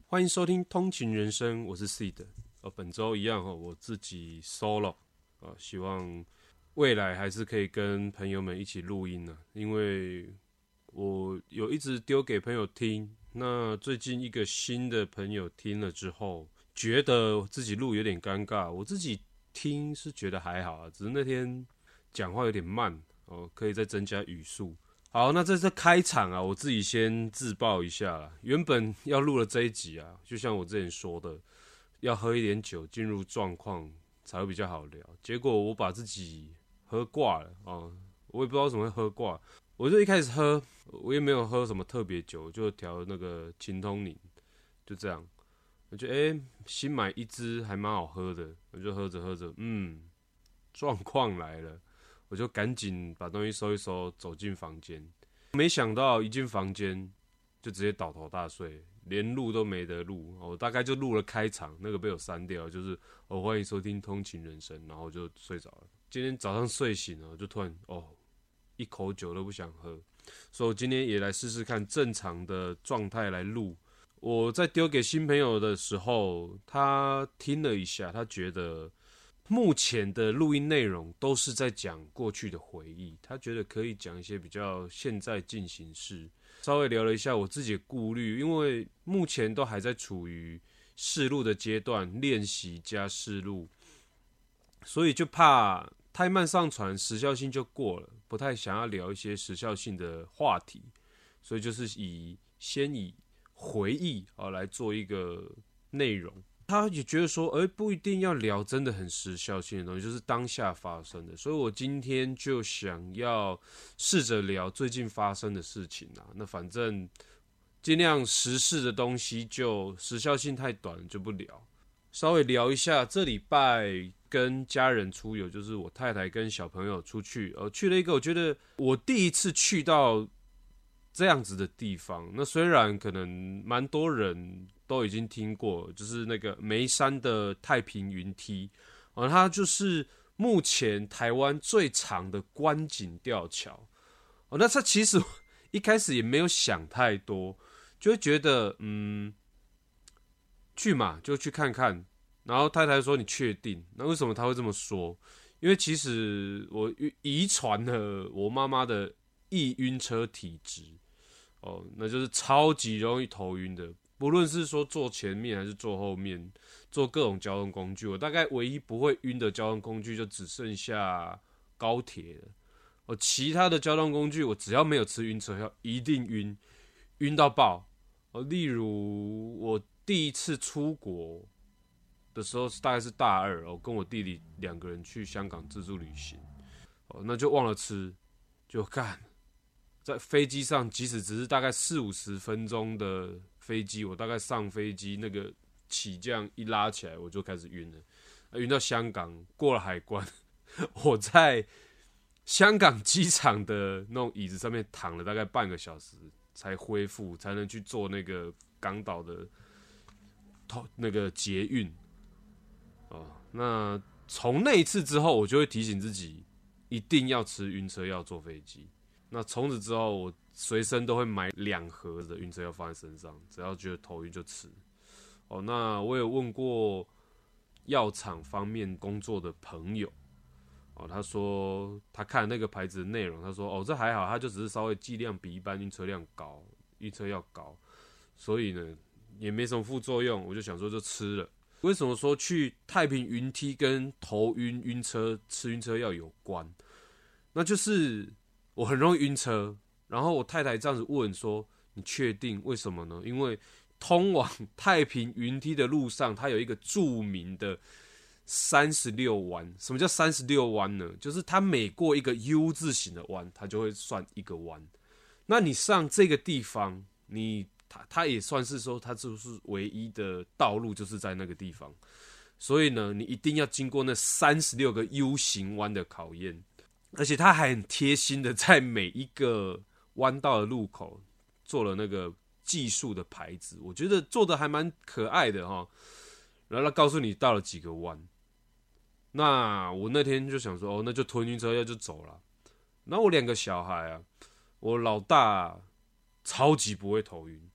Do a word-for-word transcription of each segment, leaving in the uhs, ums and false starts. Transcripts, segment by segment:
欢迎收听通勤人生，我是 Seed。呃，本周一样哈，我自己 solo 啊，希望未来还是可以跟朋友们一起录音呢、啊，因为我有一直丢给朋友听。那最近一个新的朋友听了之后，觉得自己录有点尴尬，我自己听是觉得还好啊，只是那天讲话有点慢哦，可以再增加语速。好，那在这开场啊，我自己先自爆一下啦。原本要录的这一集啊，就像我之前说的，要喝一点酒进入状况才会比较好聊。结果我把自己喝挂了啊、哦，我也不知道为什么会喝挂。我就一开始喝，我也没有喝什么特别酒，就调那个秦通宁，就这样。我觉得哎、欸，新买一支还蛮好喝的，我就喝着喝着，嗯，状况来了。我就赶紧把东西收一收，走进房间。没想到一进房间就直接倒头大睡，连录都没得录。我大概就录了开场，那个被我删掉，就是哦欢迎收听通勤人生，然后就睡着了。今天早上睡醒了，就突然哦一口酒都不想喝，所以我今天也来试试看正常的状态来录。我在丢给新朋友的时候，他听了一下，他觉得目前的录音内容都是在讲过去的回忆，他觉得可以讲一些比较现在进行式。稍微聊了一下我自己的顾虑，因为目前都还在处于试录的阶段，练习加试录，所以就怕太慢上传，时效性就过了，不太想要聊一些时效性的话题，所以就是以先以回忆啊来做一个内容。他也觉得说，哎、欸，不一定要聊真的很时效性的东西，就是当下发生的。所以我今天就想要试着聊最近发生的事情啊。那反正尽量时事的东西就时效性太短就不聊。稍微聊一下这礼拜跟家人出游，就是我太太跟小朋友出去，呃，去了一个我觉得我第一次去到这样子的地方。那虽然可能蛮多人都已经听过，就是那个梅山的太平云梯，哦，它就是目前台湾最长的观景吊桥。哦，那它其实一开始也没有想太多，就会觉得嗯，去嘛就去看看。然后太太说你确定？那为什么他会这么说？因为其实我遗传了我妈妈的易晕车体质。哦，那就是超级容易头晕的，不论是说坐前面还是坐后面，坐各种交通工具，我大概唯一不会晕的交通工具就只剩下高铁了。哦，其他的交通工具我只要没有吃晕车药，一定晕，晕到爆。哦，例如我第一次出国的时候，大概是大二，我跟我弟弟两个人去香港自助旅行，哦，那就忘了吃，就干。在飞机上，即使只是大概四五十分钟的飞机，我大概上飞机那个起降一拉起来，我就开始晕了，晕到香港过了海关，我在香港机场的那种椅子上面躺了大概半个小时才恢复，才能去坐那个港岛的那个捷运。哦，那从那一次之后，我就会提醒自己一定要吃晕车药坐飞机。那从此之后，我随身都会买两盒的晕车药放在身上，只要觉得头晕就吃。哦，那我有问过药厂方面工作的朋友，哦，他说他看那个牌子的内容，他说哦这还好，他就只是稍微剂量比一般晕车量高，晕车药高，所以呢也没什么副作用，我就想说就吃了。为什么说去太平云梯跟头晕晕车吃晕车药有关？那就是我很容易晕车，然后我太太这样子问说：“你确定？为什么呢？”因为通往太平云梯的路上，它有一个著名的三十六弯。什么叫三十六弯呢？就是它每过一个 U 字形的弯，它就会算一个弯。那你上这个地方，你它它也算是说，它就是唯一的道路，就是在那个地方。所以呢，你一定要经过那三十六个 U 型弯的考验。而且他还很贴心的在每一个弯道的路口做了那个技术的牌子，我觉得做的还蛮可爱的哈。然后他告诉你到了几个弯，那我那天就想说，哦，那就吞晕车药就走了。然后我两个小孩啊，我老大超级不会头晕，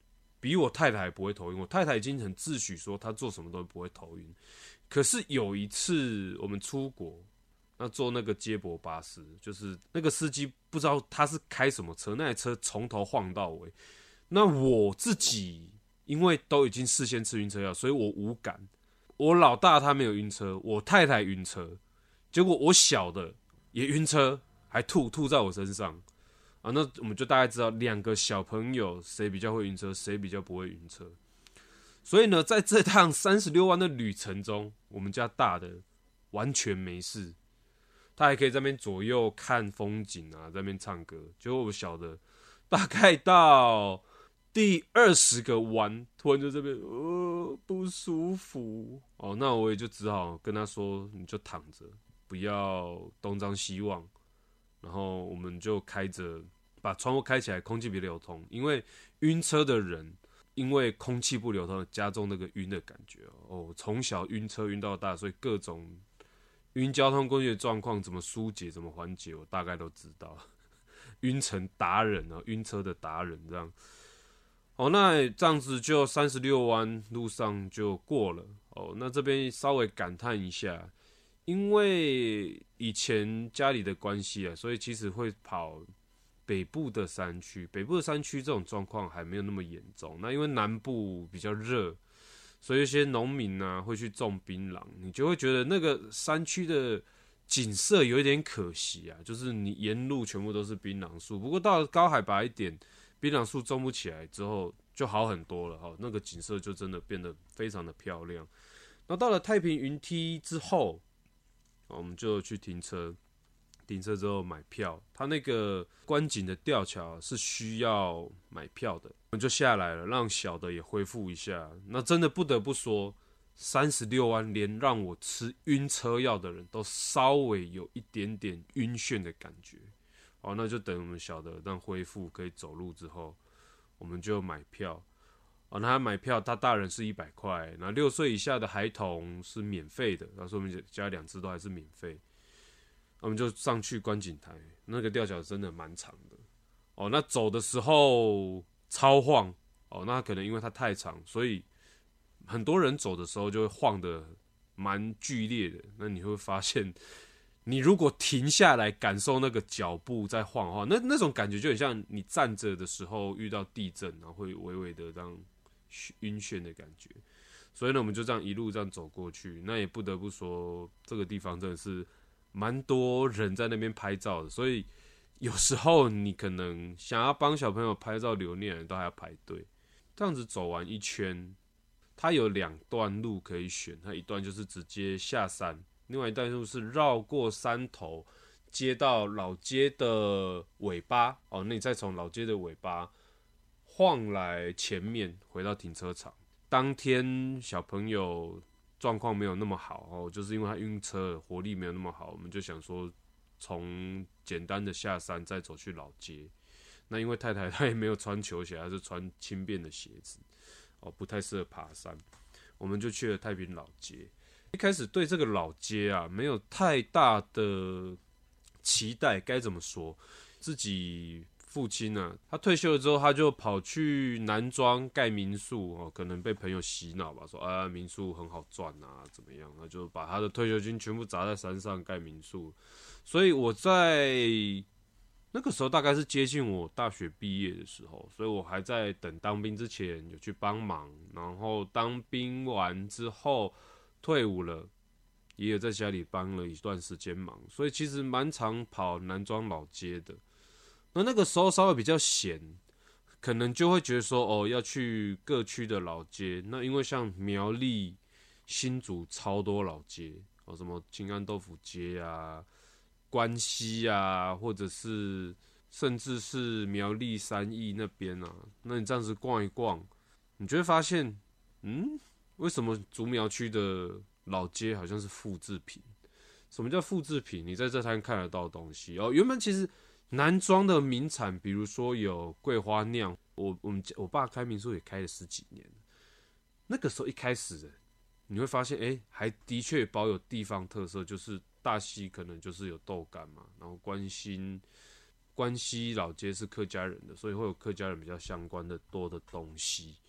比我太太还不会头晕。我太太已经很自诩说她做什么都不会头晕。可是有一次我们出国，那坐那个接驳巴士，就是那个司机不知道他是开什么车，那台车从头晃到尾。那我自己因为都已经事先吃晕车药，所以我无感。我老大他没有晕车，我太太晕车，结果我小的也晕车，还吐吐在我身上啊！那我们就大概知道两个小朋友谁比较会晕车，谁比较不会晕车。所以呢，在这趟三十六弯的旅程中，我们家大的完全没事，他还可以在那边左右看风景啊，在那边唱歌。结果我小的大概到第二十个弯，突然就这边呃不舒服哦，那我也就只好跟他说，你就躺着，不要东张西望。然后我们就开着，把窗户开起来，空气比较流通，因为晕车的人。因为空气不流通，加重那个晕的感觉哦。从小晕车晕到大，所以各种晕交通工具的状况怎么疏解、怎么缓解，我大概都知道。晕成达人哦，晕车的达人这样。哦，那这样子就三十六弯路上就过了哦。那这边稍微感叹一下，因为以前家里的关系啊，所以其实会跑。北部的山区，北部的山区这种状况还没有那么严重。那因为南部比较热，所以一些农民啊会去种槟榔，你就会觉得那个山区的景色有一点可惜啊，就是你沿路全部都是槟榔树。不过到了高海拔一点，槟榔树种不起来之后就好很多了哈，那个景色就真的变得非常的漂亮。那到了太平云梯之后，我们就去停车。停车之后买票，他那个观景的吊桥是需要买票的，我们就下来了，让小的也恢复一下。那真的不得不说，三十六弯连让我吃晕车药的人都稍微有一点点晕眩的感觉。好，那就等我们小的让恢复可以走路之后，我们就买票。哦，那他买票，他大人是一百块，那六岁以下的孩童是免费的。他说我们家两只都还是免费。我们就上去观景台，那个吊桥真的蛮长的哦。那走的时候超晃哦，那可能因为它太长，所以很多人走的时候就会晃得蛮剧烈的。那你会发现，你如果停下来感受那个脚步在晃的话，那那种感觉就很像你站着的时候遇到地震，然后会微微的这样晕眩的感觉。所以呢，我们就这样一路这样走过去。那也不得不说，这个地方真的是。蛮多人在那边拍照的，所以有时候你可能想要帮小朋友拍照留念，都还要排队。这样子走完一圈，它有两段路可以选，它一段就是直接下山，另外一段路是绕过山头，接到老街的尾巴哦，那你再从老街的尾巴晃来前面，回到停车场。当天小朋友。状况没有那么好哦，就是因为他晕车，活力没有那么好，我们就想说从简单的下山再走去老街。那因为太太她也没有穿球鞋，她是穿轻便的鞋子哦，不太适合爬山，我们就去了太平老街。一开始对这个老街啊没有太大的期待，该怎么说？自己。父亲啊，他退休了之后，他就跑去南庄盖民宿哦，可能被朋友洗脑吧，说啊民宿很好赚啊，怎么样？他就把他的退休金全部砸在山上盖民宿。所以我在那个时候大概是接近我大学毕业的时候，所以我还在等当兵之前有去帮忙，然后当兵完之后退伍了，也有在家里帮了一段时间忙，所以其实蛮常跑南庄老街的。那那个时候稍微比较闲，可能就会觉得说，哦，要去各区的老街。那因为像苗栗、新竹超多老街，哦，什么金安豆腐街啊、关西啊，或者是甚至是苗栗三义那边啊，那你这样子逛一逛，你就会发现，嗯，为什么竹苗区的老街好像是复制品？什么叫复制品？你在这摊看得到的东西哦，原本其实。南庄的名产，比如说有桂花酿，我我们我爸开民宿也开了十几年了。那个时候一开始的，你会发现，哎、欸，还的确保有地方特色，就是大溪可能就是有豆干嘛，然后关心关西老街是客家人的，所以会有客家人比较相关的多的东西。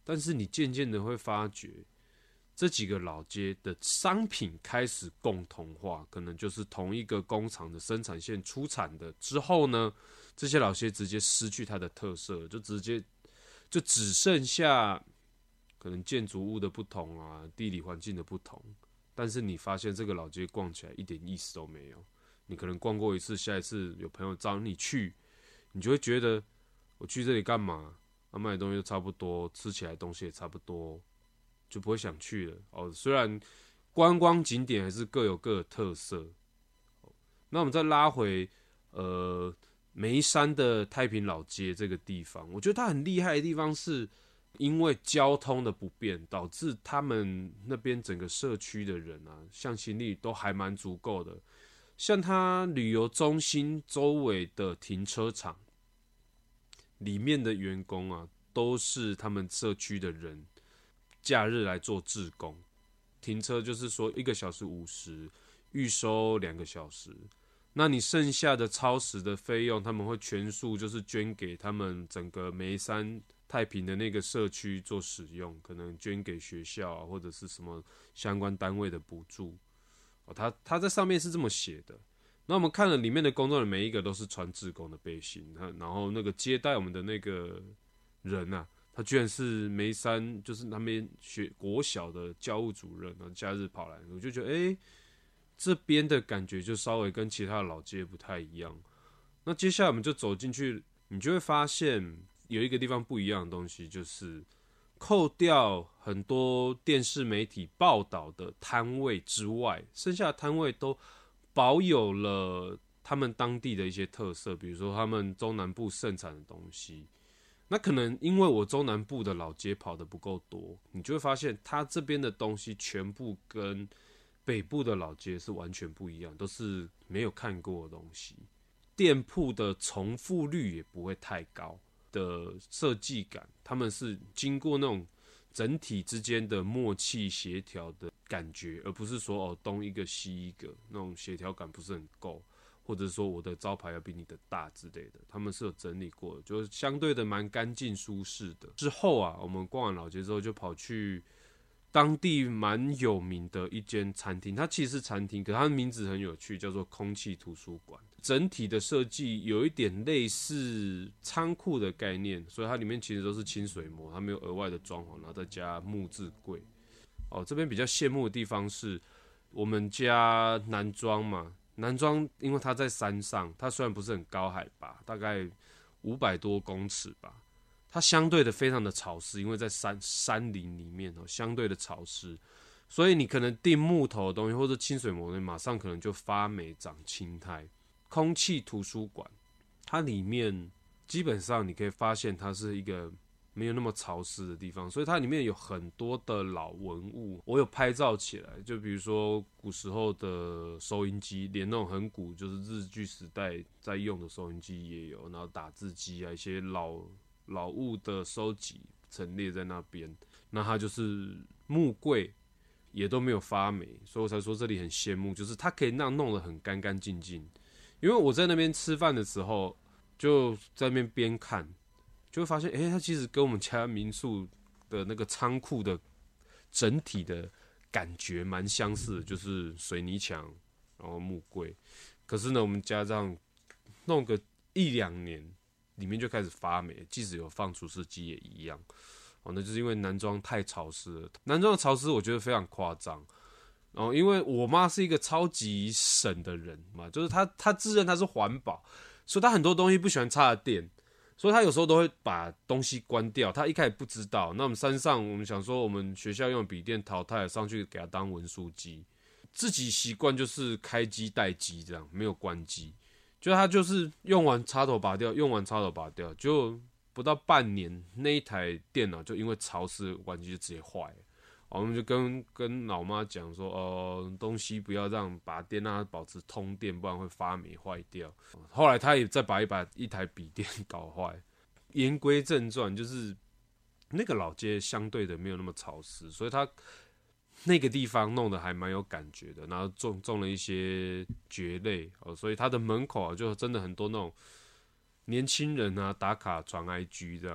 但是你渐渐的会发觉，这几个老街的商品开始共同化，可能就是同一个工厂的生产线出产的之后呢，这些老街直接失去它的特色，就直接就只剩下可能建筑物的不同啊，地理环境的不同，但是你发现这个老街逛起来一点意思都没有。你可能逛过一次，下一次有朋友找你去，你就会觉得我去这里干嘛？啊，卖的东西都差不多，吃起来的东西也差不多，就不会想去了。哦，虽然观光景点还是各有各的特色。那我们再拉回呃梅山的太平老街这个地方，我觉得它很厉害的地方是，因为交通的不便，导致他们那边整个社区的人啊，向心力都还蛮足够的。像它旅游中心周围的停车场，里面的员工啊，都是他们社区的人，假日来做志工。停车就是说一个小时五十，预收两个小时。那你剩下的超时的费用，他们会全数就是捐给他们整个梅山太平的那个社区做使用，可能捐给学校啊，或者是什么相关单位的补助。哦，他他在上面是这么写的。那我们看了里面的工作人员，每一个都是穿志工的背心，然后那个接待我们的那个人啊，他居然是梅山，就是那边学国小的教务主任，然后假日跑来，我就觉得，哎、欸，这边的感觉就稍微跟其他的老街不太一样。那接下来我们就走进去，你就会发现有一个地方不一样的东西，就是扣掉很多电视媒体报道的摊位之外，剩下的摊位都保有了他们当地的一些特色，比如说他们中南部盛产的东西。那可能因为我中南部的老街跑得不够多，你就会发现它这边的东西全部跟北部的老街是完全不一样，都是没有看过的东西。店铺的重复率也不会太高的设计感，他们是经过那种整体之间的默契协调的感觉，而不是说哦东一个西一个，那种协调感不是很够，或者说我的招牌要比你的大之类的，他们是有整理过的，就是相对的蛮干净舒适的。之后啊，我们逛完老街之后，就跑去当地蛮有名的一间餐厅，它其实是餐厅，可是它的名字很有趣，叫做空气图书馆。整体的设计有一点类似仓库的概念，所以它里面其实都是清水模，它没有额外的装潢，然后再加木质柜。哦，这边比较羡慕的地方是，我们家南庄嘛，南庄因为它在山上，它虽然不是很高海拔，大概五百多公尺吧。它相对的非常的潮湿，因为在山山林里面哦，相对的潮湿，所以你可能订木头的东西或者清水模的，马上可能就发霉长青苔。空气图书馆，它里面基本上你可以发现它是一个没有那么潮湿的地方，所以它里面有很多的老文物，我有拍照起来，就比如说古时候的收音机，连那种很古就是日据时代在用的收音机也有，然后打字机啊，一些老老物的收集陈列在那边。那它就是木柜也都没有发霉，所以我才说这里很羡慕，就是它可以那样弄得很干干净净。因为我在那边吃饭的时候，就在那边边看，就会发现，哎、欸，它其实跟我们家民宿的那个仓库的整体的感觉蛮相似的，就是水泥墙，然后木柜。可是呢，我们家这样弄个一两年，里面就开始发霉，即使有放除湿机也一样。哦，那就是因为南庄太潮湿了。南庄的潮湿我觉得非常夸张。然后，因为我妈是一个超级省的人嘛，就是她她自认她是环保，所以她很多东西不喜欢插电，所以她有时候都会把东西关掉。她一开始不知道，那我们山上我们想说我们学校用的笔电淘汰了，上去给她当文书机，自己习惯就是开机待机这样，没有关机，就她就是用完插头拔掉，用完插头拔掉，就不到半年那一台电脑就因为潮湿的关系就直接坏了。我们就跟跟老妈讲说，哦，东西不要让拔电，让它保持通电，不然会发霉坏掉。后来他也再把一把一台笔电搞坏。言归正传，就是那个老街相对的没有那么潮湿，所以他那个地方弄得还蛮有感觉的。然后种种了一些蕨类，哦，所以他的门口啊，就真的很多那种年轻人啊打卡传 I G 这样。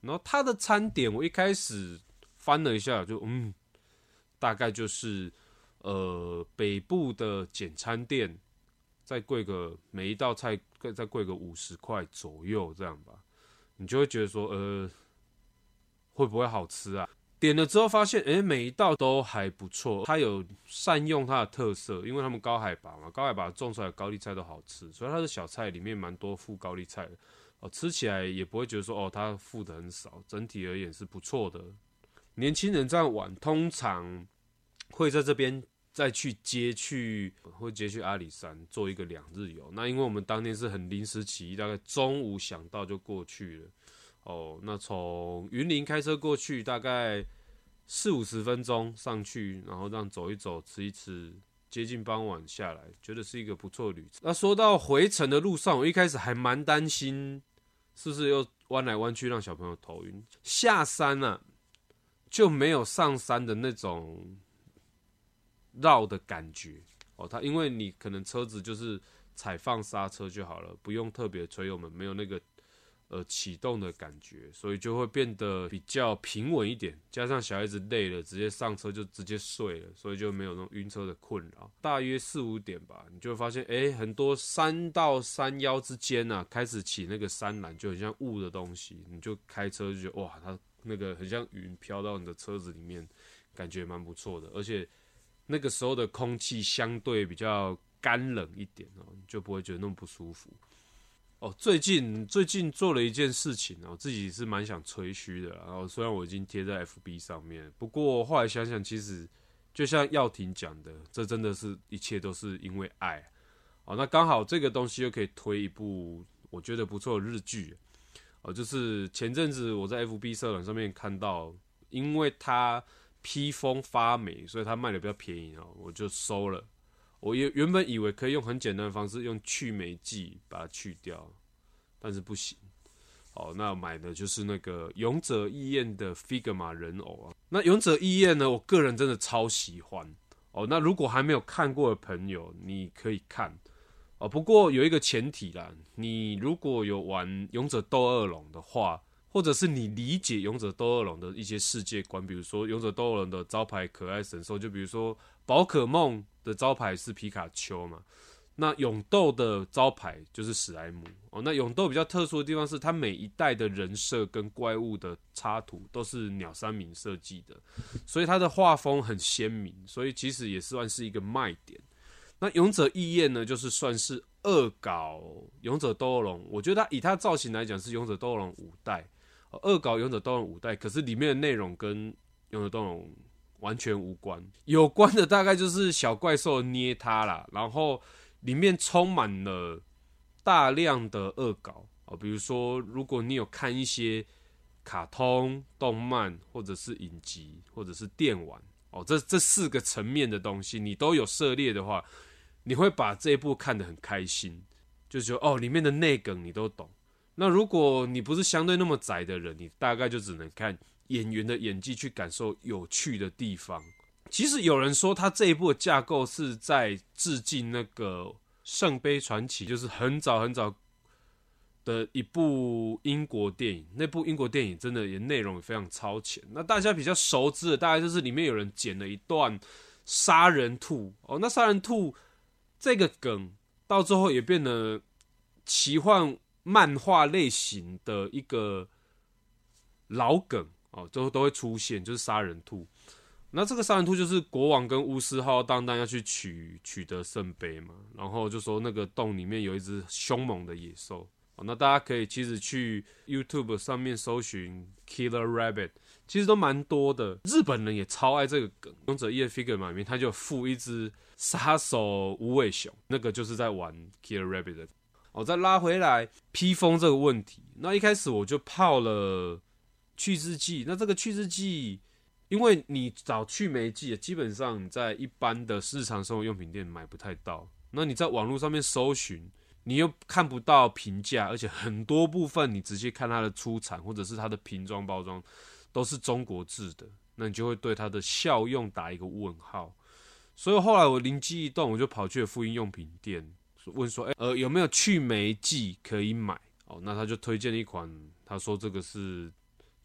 然后它的餐点我一开始翻了一下，就嗯，大概就是呃北部的简餐店，再贵个每一道菜再贵个五十块左右这样吧，你就会觉得说呃会不会好吃啊？点了之后发现，哎，每一道都还不错。它有善用它的特色，因为他们高海拔嘛，高海拔种出来的高丽菜都好吃，所以它的小菜里面蛮多附高丽菜的。哦，吃起来也不会觉得说哦，它附的很少，整体而言是不错的。年轻人这样玩，通常会在这边再去接去，会接去阿里山做一个两日游。那因为我们当天是很临时起意，大概中午想到就过去了。哦，那从云林开车过去，大概四五十分钟上去，然后这样走一走，吃一吃，接近傍晚下来，觉得是一个不错的旅程。那说到回程的路上，我一开始还蛮担心，是不是又弯来弯去让小朋友头晕？下山啊，就没有上山的那种绕的感觉哦。它因为你可能车子就是踩放刹车就好了，不用特别吹油门，没有那个。呃，启动的感觉，所以就会变得比较平稳一点。加上小孩子累了，直接上车就直接睡了，所以就没有那种晕车的困扰。大约四五点吧，你就会发现，哎，很多山到山腰之间啊，开始起那个山岚，就很像雾的东西。你就开车就觉得，哇，它那个很像云飘到你的车子里面，感觉蛮不错的。而且那个时候的空气相对比较干冷一点哦，你就不会觉得那么不舒服。哦，最近最近做了一件事情，我自己是蛮想吹嘘的。然后虽然我已经贴在 F B 上面，不过后来想想，其实就像耀廷讲的，这真的是一切都是因为爱。哦，那刚好这个东西又可以推一部我觉得不错的日剧。哦，就是前阵子我在 F B 社团上面看到，因为它披风发霉，所以它卖的比较便宜哦，我就收了。我原本以为可以用很简单的方式，用去霉剂把它去掉，但是不行。好，那买的就是那个勇者义彦的 Figma 人偶啊。那勇者义彦呢，我个人真的超喜欢哦。那如果还没有看过的朋友，你可以看哦。不过有一个前提啦，你如果有玩勇者斗恶龙的话，或者是你理解勇者斗恶龙的一些世界观，比如说勇者斗恶龙的招牌可爱神兽，就比如说宝可梦的招牌是皮卡丘嘛，那勇斗的招牌就是史莱姆哦。那勇斗比较特殊的地方是，它每一代的人设跟怪物的插图都是鸟山明设计的，所以它的画风很鲜明，所以其实也算是一个卖点。那勇者义彦呢，就是算是恶搞勇者斗恶龙，我觉得它以它造型来讲是勇者斗恶龙五代。恶搞勇者斗恶龙五代，可是里面的内容跟勇者斗恶龙完全无关，有关的大概就是小怪兽捏它啦，然后里面充满了大量的恶搞，比如说如果你有看一些卡通、动漫或者是影集或者是电玩哦，这这四个层面的东西你都有涉猎的话，你会把这一部看得很开心，就是说哦，里面的内梗你都懂。那如果你不是相对那么窄的人，你大概就只能看演员的演技去感受有趣的地方。其实有人说他这一部的架构是在致敬那个《圣杯传奇》，就是很早很早的一部英国电影。那部英国电影真的也内容也非常超前。那大家比较熟知的，大概就是里面有人剪了一段杀人兔哦。那杀人兔这个梗到最后也变得奇幻漫画类型的一个老梗哦，都都会出现，就是杀人兔。那这个杀人兔就是国王跟巫师浩浩荡荡要去取取得圣杯嘛，然后就说那个洞里面有一只凶猛的野兽。哦，那大家可以其实去 YouTube 上面搜寻 Killer Rabbit， 其实都蛮多的。日本人也超爱这个梗，勇者义彦 Figma 里面他就附一只杀手无尾熊，那个就是在玩 Killer Rabbit 的。哦，再拉回来披风这个问题，那一开始我就泡了去渍剂。那这个去渍剂，因为你找去霉剂，基本上在一般的日常生活用品店买不太到。那你在网络上面搜寻，你又看不到评价，而且很多部分你直接看它的出产或者是它的瓶装包装都是中国制的，那你就会对它的效用打一个问号。所以后来我灵机一动，我就跑去了复印用品店。问说，欸，呃，有没有去霉剂可以买？哦，那他就推荐了一款，他说这个是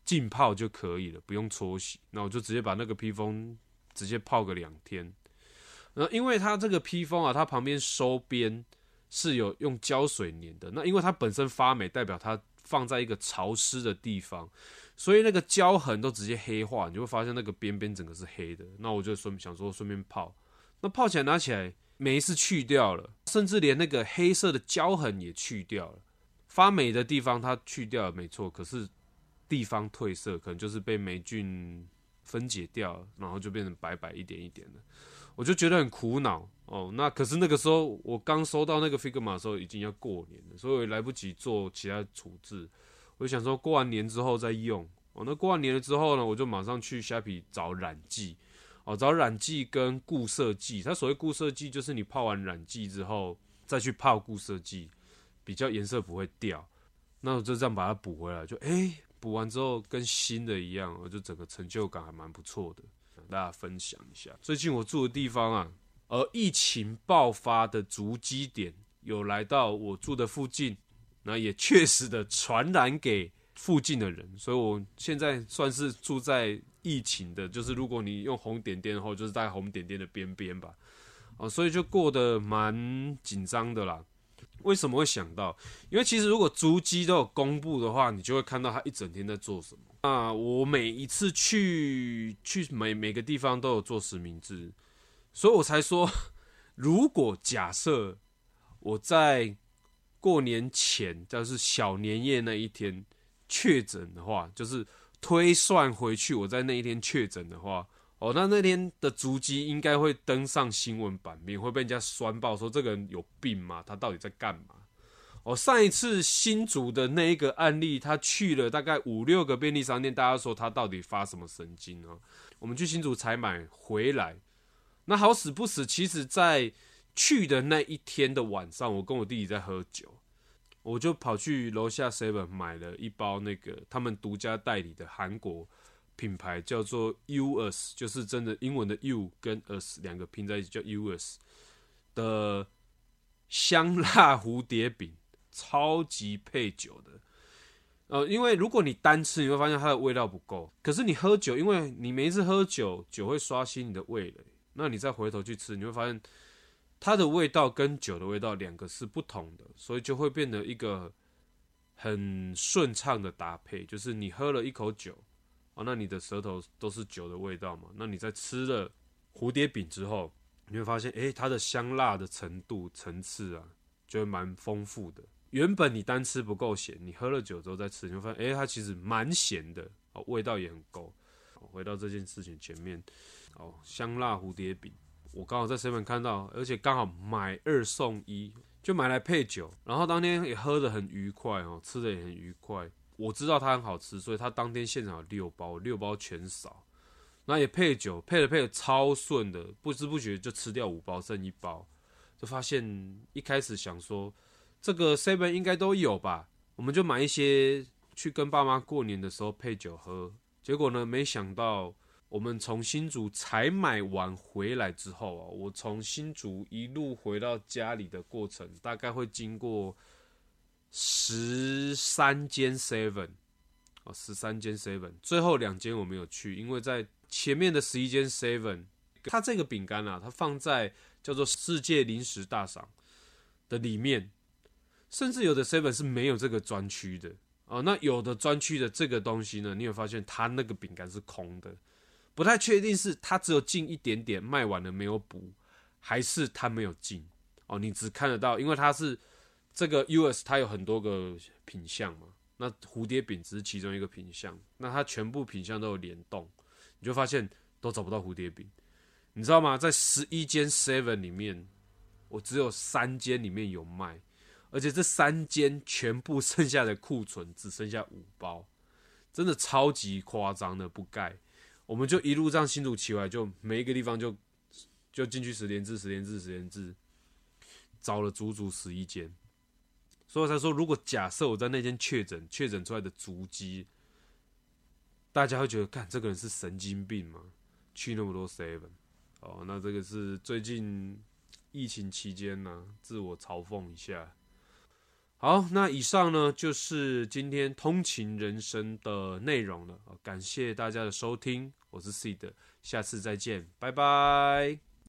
浸泡就可以了，不用搓洗。那我就直接把那个披风直接泡个两天。那因为它这个披风啊，它旁边收边是有用胶水粘的。那因为它本身发霉，代表它放在一个潮湿的地方，所以那个胶痕都直接黑化，你就会发现那个边边整个是黑的。那我就顺想说顺便泡，那泡起来拿起来霉是去掉了，甚至连那个黑色的胶痕也去掉了。发霉的地方它去掉了没错，可是地方褪色，可能就是被霉菌分解掉了，然后就变成白白一点一点的。我就觉得很苦恼哦。那可是那个时候我刚收到那个 Figma 的时候，已经要过年了，所以我也来不及做其他处置。我就想说过完年之后再用。哦，那过完年了之后呢，我就马上去虾皮找染剂。哦，找染剂跟固色剂。它所谓固色剂就是你泡完染剂之后再去泡固色剂，比较颜色不会掉。那我就这样把它补回来，就哎补完之后跟新的一样，我就整个成就感还蛮不错的。跟大家分享一下，最近我住的地方啊，而疫情爆发的足迹点有来到我住的附近，那也确实的传染给附近的人，所以我现在算是住在疫情的，就是如果你用红点点的话，就是在红点点的边边吧，哦，所以就过得蛮紧张的啦。为什么会想到？因为其实如果足迹都有公布的话，你就会看到他一整天在做什么。那我每一次去去每每个地方都有做实名制，所以我才说，如果假设我在过年前，就是小年夜那一天确诊的话，就是推算回去我在那一天确诊的话，哦，那那天的足迹应该会登上新闻版面，会被人家酸爆说这个人有病吗？他到底在干嘛？哦，上一次新竹的那一个案例，他去了大概五六个便利商店，大家说他到底发什么神经啊？我们去新竹采买回来，那好死不死，其实在去的那一天的晚上，我跟我弟弟在喝酒，我就跑去楼下 seven 买了一包那个他们独家代理的韩国品牌，叫做 U S， 就是真的英文的 U 跟 S 两个拼在一起叫 U S 的香辣蝴蝶饼。超级配酒的，呃，因为如果你单吃，你会发现它的味道不够。可是你喝酒，因为你每一次喝酒，酒会刷新你的味蕾，那你再回头去吃，你会发现它的味道跟酒的味道两个是不同的，所以就会变得一个很顺畅的搭配。就是你喝了一口酒，哦，那你的舌头都是酒的味道嘛，那你在吃了蝴蝶饼之后，你会发现，哎，它的香辣的程度层次啊，就会蛮丰富的。原本你单吃不够咸，你喝了酒之后再吃，你会发现，哎，它其实蛮咸的，哦，味道也很够。回到这件事情前面，哦，香辣蝴蝶饼，我刚好在 seven 看到，而且刚好买二送一，就买来配酒，然后当天也喝得很愉快哦，吃得也很愉快。我知道它很好吃，所以它当天现场有六包，六包全扫，那也配酒，配了配了超顺的，不知不觉就吃掉五包，剩一包，就发现一开始想说。这个 seven 应该都有吧，我们就买一些去跟爸妈过年的时候配酒喝。结果呢，没想到我们从新竹采买完回来之后啊，我从新竹一路回到家里的过程，大概会经过十三间 seven， 哦，十三间 seven， 最后两间我没有去，因为在前面的十一间 seven， 它这个饼干啊，它放在叫做世界零食大赏的里面。甚至有的 seven 是没有这个专区的哦，那有的专区的这个东西呢，你有发现它那个饼干是空的，不太确定是它只有进一点点卖完了没有补，还是它没有进哦。你只看得到，因为它是这个 U S 它有很多个品项嘛，那蝴蝶饼只是其中一个品项，那它全部品项都有联动，你就发现都找不到蝴蝶饼，你知道吗？在十一间 seven 里面，我只有三间里面有卖。而且这三间全部剩下的库存只剩下五包，真的超级夸张的不盖。我们就一路这样新竹骑回来，就每一个地方就就进去十连制、十连制、十连制，找了足足十一间。所以我才说，如果假设我在那间确诊，确诊出来的足迹，大家会觉得，干这个人是神经病吗？去那么多 seven， 哦，那这个是最近疫情期间呢、啊，自我嘲讽一下。 好，那以上呢就是今天通勤人生的内容了，感谢大家的收听，我是 Seed， 下次再见，拜拜。